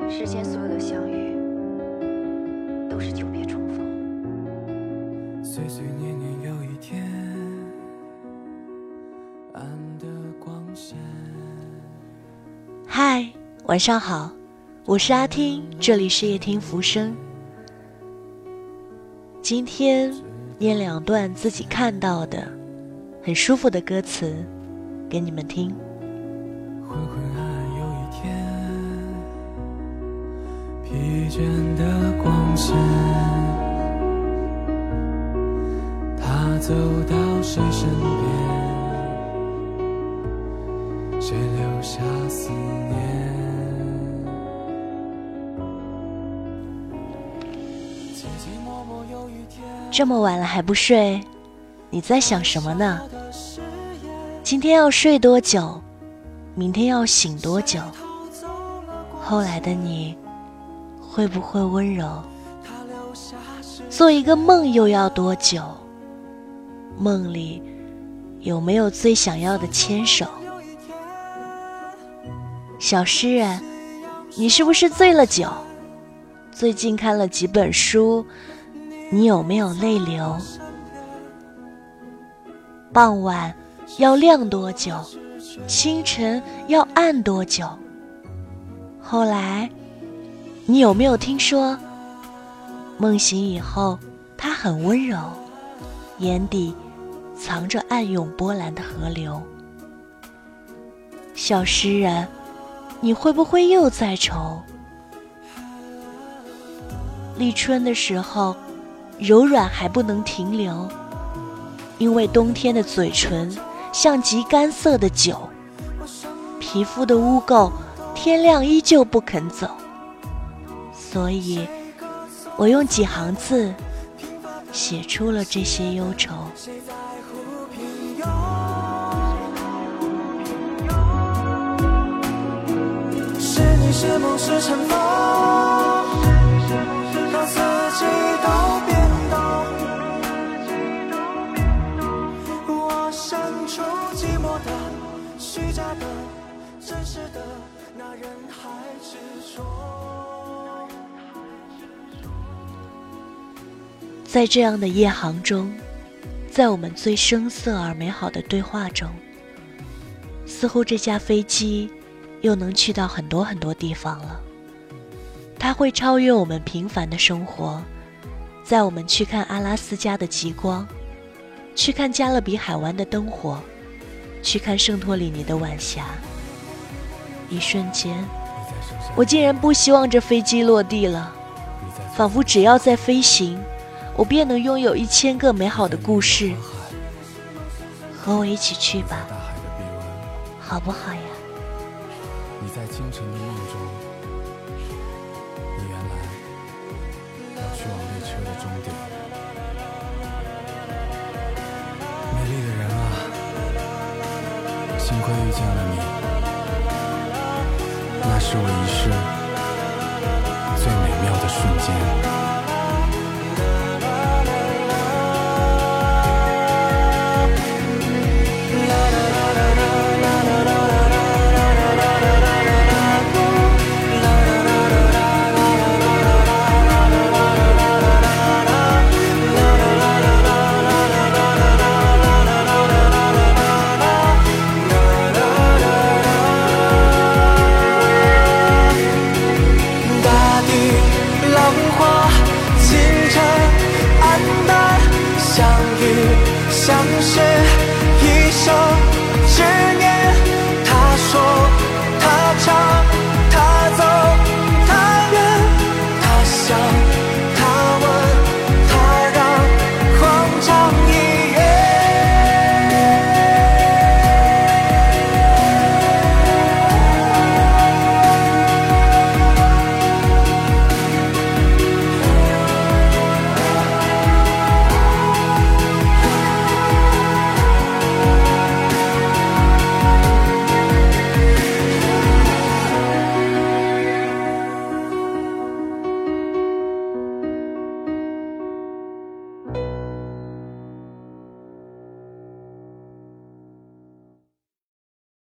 世间所有的相遇，都是久别重逢。 岁岁年年有一天，暗的光线。 嗨，晚上好，我是阿听，这里是夜听浮生。今天念两段自己看到的很舒服的歌词给你们听。 昏昏暗暗有一天，疲倦的光线，他走到谁身边，谁留下思念。寂寂寞寞有一天， 这么晚了还不睡，你在想什么呢？今天要睡多久？明天要醒多久？后来的你会不会温柔？做一个梦又要多久？梦里有没有最想要的牵手？小诗人，你是不是醉了酒？最近看了几本书，你有没有泪流？傍晚要亮多久？清晨要暗多久？后来你有没有听说，梦醒以后他很温柔，眼底藏着暗涌波澜的河流。小诗人，你会不会又在愁？立春的时候，柔软还不能停留，因为冬天的嘴唇像极干涩的酒，皮肤的污垢，天亮依旧不肯走。所以我用几行字写出了这些忧愁。 是你是梦是尘封，让四季都变动。我删除寂寞的、虚假的、真实的，那人还执着。 在这样的夜航中，在我们最生涩而美好的对话中，似乎这架飞机又能去到很多很多地方了。它会超越我们平凡的生活，载我们去看阿拉斯加的极光，去看加勒比海湾的灯火，去看圣托里尼的晚霞。一瞬间，我竟然不希望这飞机落地了，仿佛只要在飞行，我便能拥有1000个美好的故事。和我一起去吧，好不好呀？ 你在清晨的梦中，你原来要去往列车的终点。美丽的人啊，幸亏遇见了你，那是我一世最美妙的瞬间。